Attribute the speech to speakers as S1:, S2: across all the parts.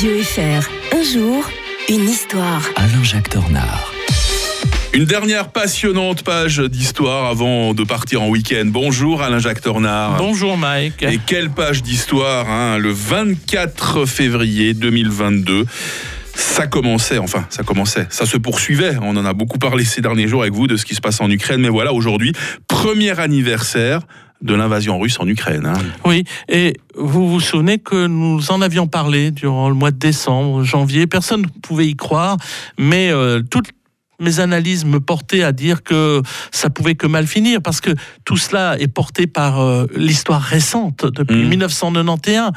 S1: Radio FR. Un jour, une histoire.
S2: Alain-Jacques Dornard.
S3: Une dernière passionnante page d'histoire avant de partir en week-end. Bonjour Alain-Jacques Dornard.
S4: Bonjour Mike.
S3: Et quelle page d'histoire, hein, le 24 février 2022. Ça se poursuivait. On en a beaucoup parlé ces derniers jours avec vous de ce qui se passe en Ukraine. Mais voilà, aujourd'hui, premier anniversaire de l'invasion russe en Ukraine. Hein.
S4: Oui, et vous vous souvenez que nous en avions parlé durant le mois de décembre, janvier. Personne ne pouvait y croire, mais toutes mes analyses me portaient à dire que ça pouvait que mal finir, parce que tout cela est porté par l'histoire récente. Depuis 1991,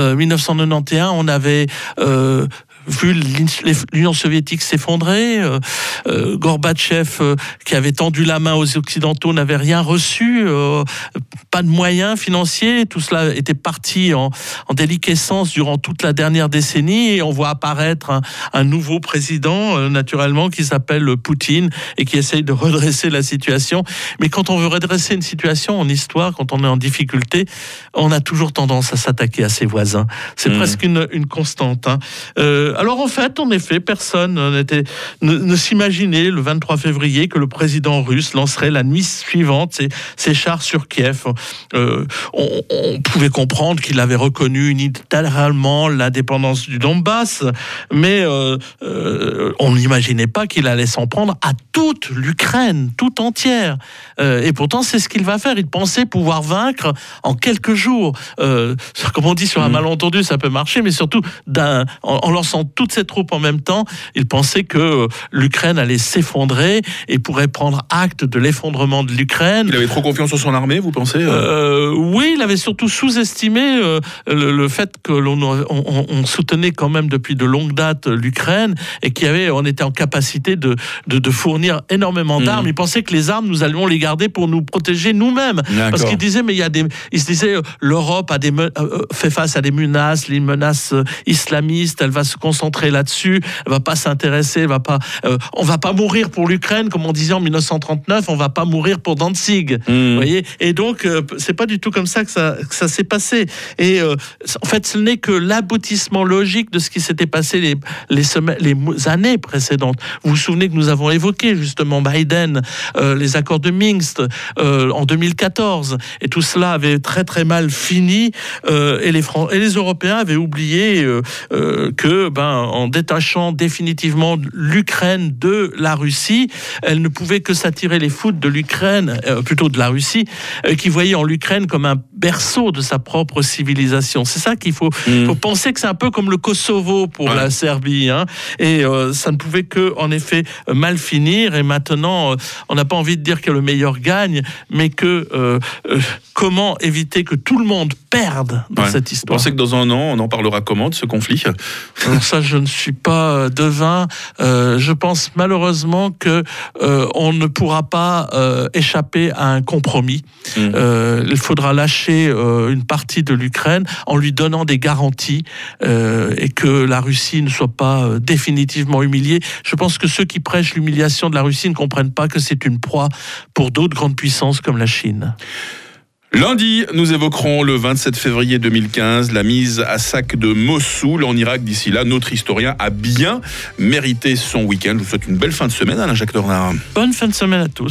S4: on avait vu l'Union soviétique s'effondrer, Gorbatchev, qui avait tendu la main aux Occidentaux, n'avait rien reçu, pas de moyens financiers, tout cela était parti en déliquescence durant toute la dernière décennie, et on voit apparaître un nouveau président, naturellement, qui s'appelle Poutine, et qui essaye de redresser la situation. Mais quand on veut redresser une situation en histoire, quand on est en difficulté, on a toujours tendance à s'attaquer à ses voisins. C'est presque une constante. Hein. Alors en fait, en effet, personne ne s'imaginait le 23 février que le président russe lancerait la nuit suivante ses chars sur Kiev. On pouvait comprendre qu'il avait reconnu unilatéralement l'indépendance du Donbass, mais on n'imaginait pas qu'il allait s'en prendre à toute l'Ukraine, tout entière. Et pourtant, c'est ce qu'il va faire. Il pensait pouvoir vaincre en quelques jours. Comme on dit sur un malentendu, ça peut marcher, mais surtout en lançant toutes ses troupes en même temps, il pensait que l'Ukraine allait s'effondrer et pourrait prendre acte de l'effondrement de l'Ukraine.
S3: Il avait trop confiance en son armée, vous pensez
S4: Oui, il avait surtout sous-estimé le fait que on soutenait quand même depuis de longues dates l'Ukraine, et on était en capacité de fournir énormément d'armes. Il pensait que les armes, nous allions les garder pour nous protéger nous-mêmes. D'accord. Parce qu'il disait, il se disait, l'Europe fait face à des menaces, les menaces islamistes, elle va se concentrer là-dessus, elle va pas s'intéresser, on va pas mourir pour l'Ukraine, comme on disait en 1939, on va pas mourir pour Danzig. Vous voyez ? Et donc, c'est pas du tout comme ça que ça s'est passé. Et en fait, ce n'est que l'aboutissement logique de ce qui s'était passé les années précédentes. Vous vous souvenez que nous avons évoqué justement Biden, les accords de Minsk en 2014, et tout cela avait très très mal fini, et les Européens avaient oublié que en détachant définitivement l'Ukraine de la Russie, elle ne pouvait que s'attirer les foudres de l'Ukraine, plutôt de la Russie, qui voyait en l'Ukraine comme un berceau de sa propre civilisation. C'est ça qu'il faut penser, que c'est un peu comme le Kosovo pour la Serbie, hein, et ça ne pouvait que, en effet, mal finir. Et maintenant, on n'a pas envie de dire que le meilleur gagne, mais que comment éviter que tout le monde perde dans cette histoire.
S3: Vous pensez que dans un an, on en parlera comment de ce conflit ?
S4: Alors ça, je ne suis pas devin. Je pense malheureusement que on ne pourra pas échapper à un compromis. Il faudra lâcher une partie de l'Ukraine en lui donnant des garanties, et que la Russie ne soit pas définitivement humiliée. Je pense que ceux qui prêchent l'humiliation de la Russie ne comprennent pas que c'est une proie pour d'autres grandes puissances comme la Chine.
S3: Lundi, nous évoquerons le 27 février 2015, la mise à sac de Mossoul en Irak. D'ici là, notre historien a bien mérité son week-end. Je vous souhaite une belle fin de semaine, Alain-Jacques Dornard.
S4: Bonne fin de semaine à tous.